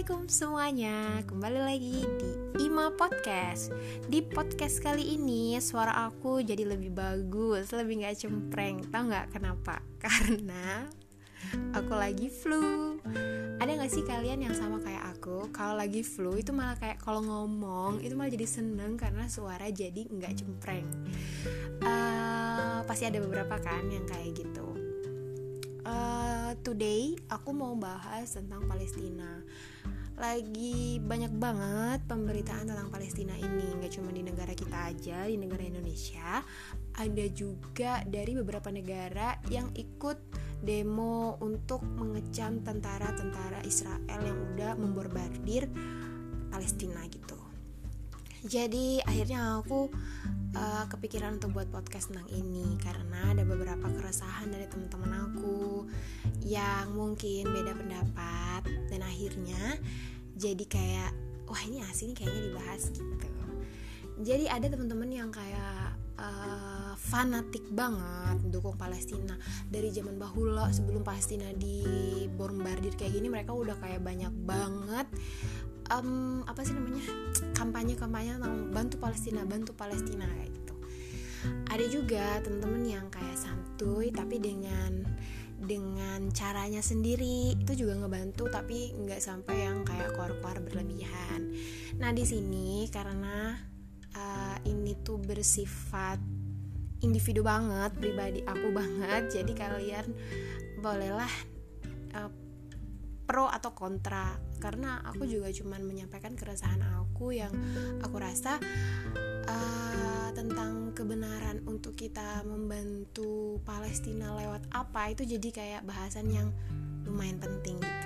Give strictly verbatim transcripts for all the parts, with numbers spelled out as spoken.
Assalamualaikum semuanya, kembali lagi di Ima Podcast. Di podcast kali ini suara aku jadi lebih bagus, lebih gak cempreng. Tahu gak kenapa? Karena aku lagi flu. Ada gak sih kalian yang sama kayak aku? Kalau lagi flu itu malah kayak kalau ngomong itu malah jadi seneng karena suara jadi gak cempreng. uh, Pasti ada beberapa kan yang kayak gitu. Uh, today aku mau bahas tentang Palestina. Lagi banyak banget pemberitaan tentang Palestina ini. Gak cuma di negara kita aja, di negara Indonesia. Ada juga dari beberapa negara yang ikut demo untuk mengecam tentara-tentara Israel yang udah membombardir Palestina gitu. Jadi akhirnya aku uh, kepikiran untuk buat podcast tentang ini karena ada beberapa keresahan dari teman-teman aku yang mungkin beda pendapat dan akhirnya jadi kayak wah ini asik nih kayaknya dibahas gitu. Jadi ada teman-teman yang kayak uh, fanatik banget mendukung Palestina dari zaman bahula sebelum Palestina dibombardir kayak gini. Mereka udah kayak banyak banget Um, apa sih namanya kampanye-kampanye tentang bantu Palestina, bantu Palestina kayak gitu. Ada juga temen-temen yang kayak santuy tapi dengan dengan caranya sendiri itu juga ngebantu tapi nggak sampai yang kayak keluar-keluar berlebihan. Nah di sini karena uh, ini tuh bersifat individu banget, pribadi aku banget, jadi kalian bolehlah uh, pro atau kontra, karena aku juga cuman menyampaikan keresahan aku yang aku rasa uh, tentang kebenaran untuk kita membantu Palestina lewat apa itu jadi kayak bahasan yang lumayan penting gitu.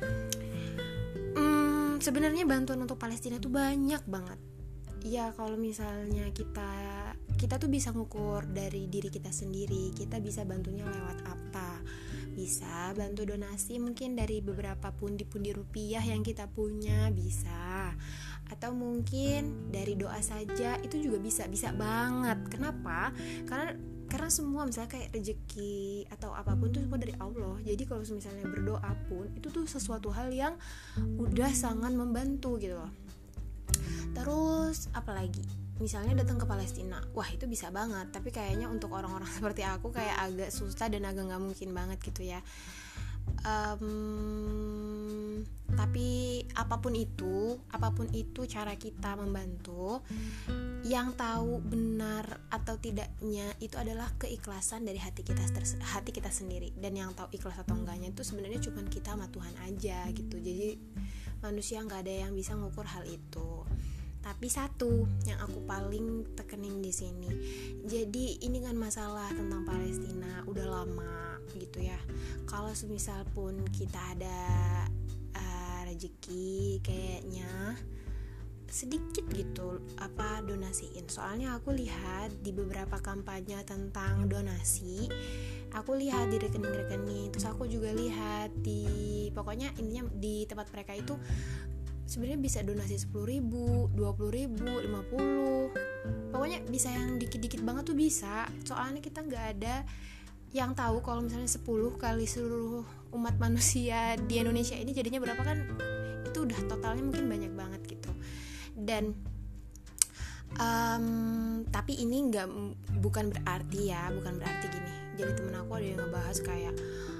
Hmm, sebenarnya bantuan untuk Palestina tuh banyak banget. Ya kalau misalnya kita kita tuh bisa ngukur dari diri kita sendiri, kita bisa bantunya lewat apa. Bisa bantu donasi mungkin dari beberapa pundi-pundi rupiah yang kita punya, bisa. Atau mungkin dari doa saja itu juga bisa, bisa banget. Kenapa? Karena karena semua misalnya kayak rezeki atau apapun itu semua dari Allah. Jadi kalau misalnya berdoa pun itu tuh sesuatu hal yang udah sangat membantu gitu loh. Terus apalagi? Misalnya datang ke Palestina, wah itu bisa banget. Tapi kayaknya untuk orang-orang seperti aku kayak agak susah dan agak nggak mungkin banget gitu ya. Um, tapi apapun itu, apapun itu cara kita membantu, yang tahu benar atau tidaknya itu adalah keikhlasan dari hati kita hati kita sendiri. Dan yang tahu ikhlas atau enggaknya itu sebenarnya cuma kita sama Tuhan aja gitu. Jadi manusia nggak ada yang bisa ngukur hal itu. Tapi satu yang aku paling tekenin di sini, jadi ini kan masalah tentang Palestina udah lama gitu ya. Kalau semisal pun kita ada uh, rezeki kayaknya sedikit gitu apa donasiin. Soalnya aku lihat di beberapa kampanye tentang donasi, aku lihat di rekening-rekening, terus aku juga lihat di pokoknya intinya di tempat mereka itu sebenarnya bisa donasi sepuluh ribu, dua puluh ribu, lima puluh. Pokoknya bisa yang dikit-dikit banget tuh bisa. Soalnya kita gak ada yang tahu kalau misalnya sepuluh kali seluruh umat manusia di Indonesia ini jadinya berapa kan. Itu udah totalnya mungkin banyak banget gitu. Dan um, tapi ini gak, bukan berarti ya, bukan berarti gini. Jadi temen aku ada yang ngebahas kayak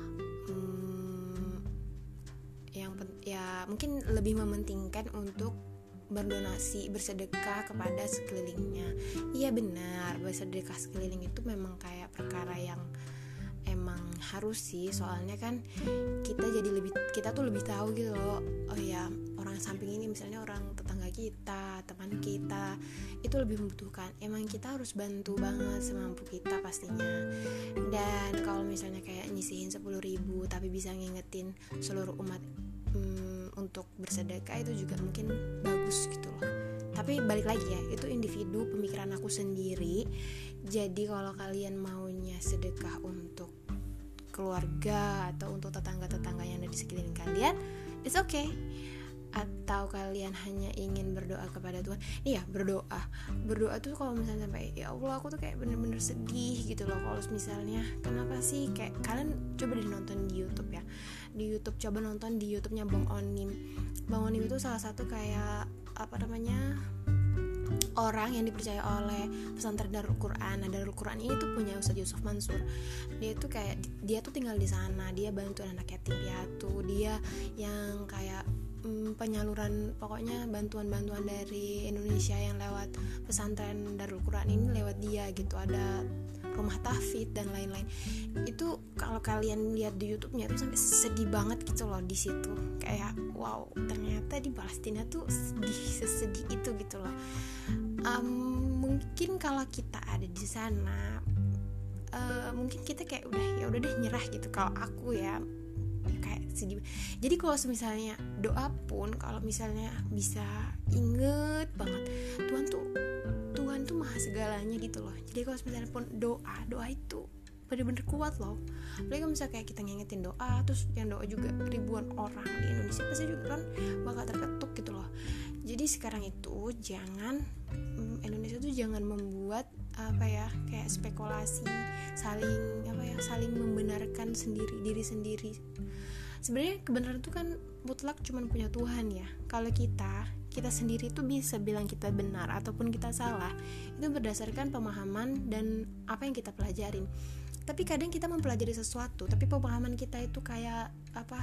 yang ya mungkin lebih mementingkan untuk berdonasi, bersedekah kepada sekelilingnya. Iya benar, bersedekah sekeliling itu memang kayak perkara yang emang harus sih, soalnya kan kita jadi lebih kita tuh lebih tahu gitu loh. Oh ya, orang samping ini misalnya orang tetangga kita, teman kita itu lebih membutuhkan. Emang kita harus bantu banget semampu kita pastinya. Dan kalau misalnya kayak nyisihin sepuluh ribu tapi bisa ngingetin seluruh umat hmm, untuk bersedekah itu juga mungkin bagus gitu loh. Tapi balik lagi ya, itu individu, pemikiran aku sendiri. Jadi kalau kalian maunya sedekah untuk keluarga atau untuk tetangga-tetangga yang ada di sekeliling kalian, it's okay. atau kalian hanya ingin berdoa kepada Tuhan. Iya, berdoa. Berdoa tuh kalau misalnya sampai ya Allah aku tuh kayak bener-bener sedih gitu loh. Kalau misalnya kenapa sih kayak kalian coba deh nonton di YouTube ya. Di YouTube coba nonton di YouTube-nya Bang Onim. Bang Onim itu salah satu kayak apa namanya? orang yang dipercaya oleh pesantren Darul Quran. Nah, Darul Quran ini tuh punya Ustadz Yusuf Mansur. Dia tuh kayak dia tuh tinggal di sana, dia bantu anak yatim piatu, dia yang kayak mm, penyaluran pokoknya bantuan-bantuan dari Indonesia yang lewat pesantren Darul Quran ini lewat dia gitu. Ada rumah tahfidz dan lain-lain. Itu kalau kalian lihat di YouTube-nya tuh sampai sedih banget gitu loh di situ. Kayak wow, ternyata di Palestina tuh sedih sesedih itu gitu loh. Um, mungkin kalau kita ada di sana, uh, mungkin kita kayak udah ya udah deh nyerah gitu. Kalau aku ya kayak sedih. Jadi kalau misalnya doa pun kalau misalnya bisa inget banget Tuhan tuh Tuhan tuh maha segalanya gitu loh. Jadi kalau misalnya pun doa doa itu bener-bener kuat loh. Apalagi kalau misalnya kayak kita ngingetin doa, terus yang doa juga ribuan orang di Indonesia pasti juga kan bakal terketuk gitu loh. Jadi sekarang itu jangan Indonesia tuh jangan membuat apa ya kayak spekulasi saling apa ya saling membenarkan sendiri diri sendiri. Sebenarnya kebenaran itu kan mutlak cuman punya Tuhan ya. Kalau kita kita sendiri tuh bisa bilang kita benar ataupun kita salah itu berdasarkan pemahaman dan apa yang kita pelajarin. Tapi kadang kita mempelajari sesuatu tapi pemahaman kita itu kayak apa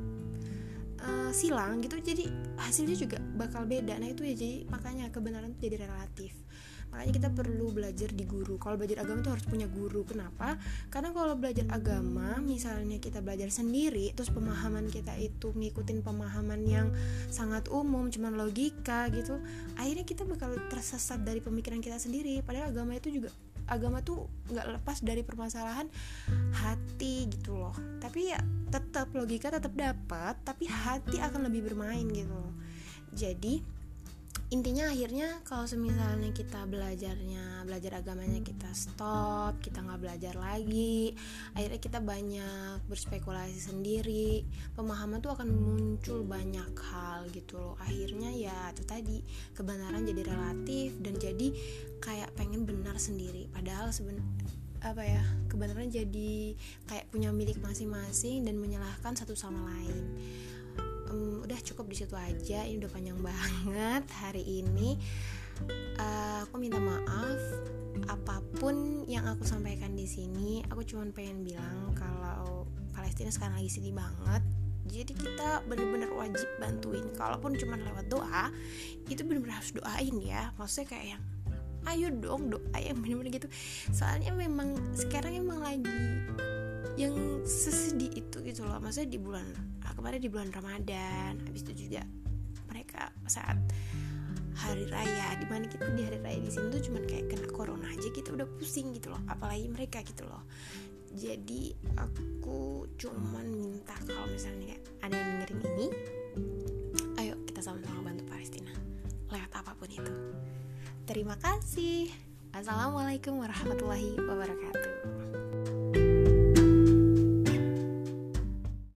uh, silang gitu, jadi hasilnya juga bakal beda. Nah itu ya, jadi makanya kebenaran itu jadi relatif. Makanya kita perlu belajar di guru. Kalau belajar agama itu harus punya guru. Kenapa? Karena kalau belajar agama, misalnya kita belajar sendiri, terus pemahaman kita itu ngikutin pemahaman yang sangat umum, cuman logika gitu, akhirnya kita bakal tersesat dari pemikiran kita sendiri. Padahal agama itu juga agama tuh nggak lepas dari permasalahan hati gitu loh. Tapi ya tetap logika tetap dapat, tapi hati akan lebih bermain gitu loh. Jadi intinya akhirnya kalau misalnya kita belajarnya belajar agamanya kita stop, kita nggak belajar lagi, akhirnya kita banyak berspekulasi sendiri, pemahaman tuh akan muncul banyak hal gitu loh. Akhirnya ya itu tadi, kebenaran jadi relatif dan jadi kayak pengen benar sendiri, padahal sebenarnya apa ya kebenaran jadi kayak punya milik masing-masing dan menyalahkan satu sama lain. Um, udah cukup di situ aja, ini udah panjang banget hari ini. Uh, aku minta maaf apapun yang aku sampaikan di sini. Aku cuma pengen bilang kalau Palestina sekarang lagi sedih banget. Jadi kita benar-benar wajib bantuin. Kalaupun cuma lewat doa, itu benar-benar harus doain ya. Maksudnya kayak yang ayo dong doa yang benar-benar gitu. Soalnya memang sekarang emang lagi yang sesedih itu gitu loh. Maksudnya di bulan kemarin di bulan Ramadan, habis itu juga mereka saat hari raya, dimana kita di hari raya di sini tuh cuman kayak kena corona aja kita udah pusing gitu loh, apalagi mereka gitu loh. Jadi aku cuman minta kalau misalnya ada yang dengerin ini, ayo kita sama-sama bantu Palestina lewat apapun itu. Terima kasih. Assalamualaikum warahmatullahi wabarakatuh.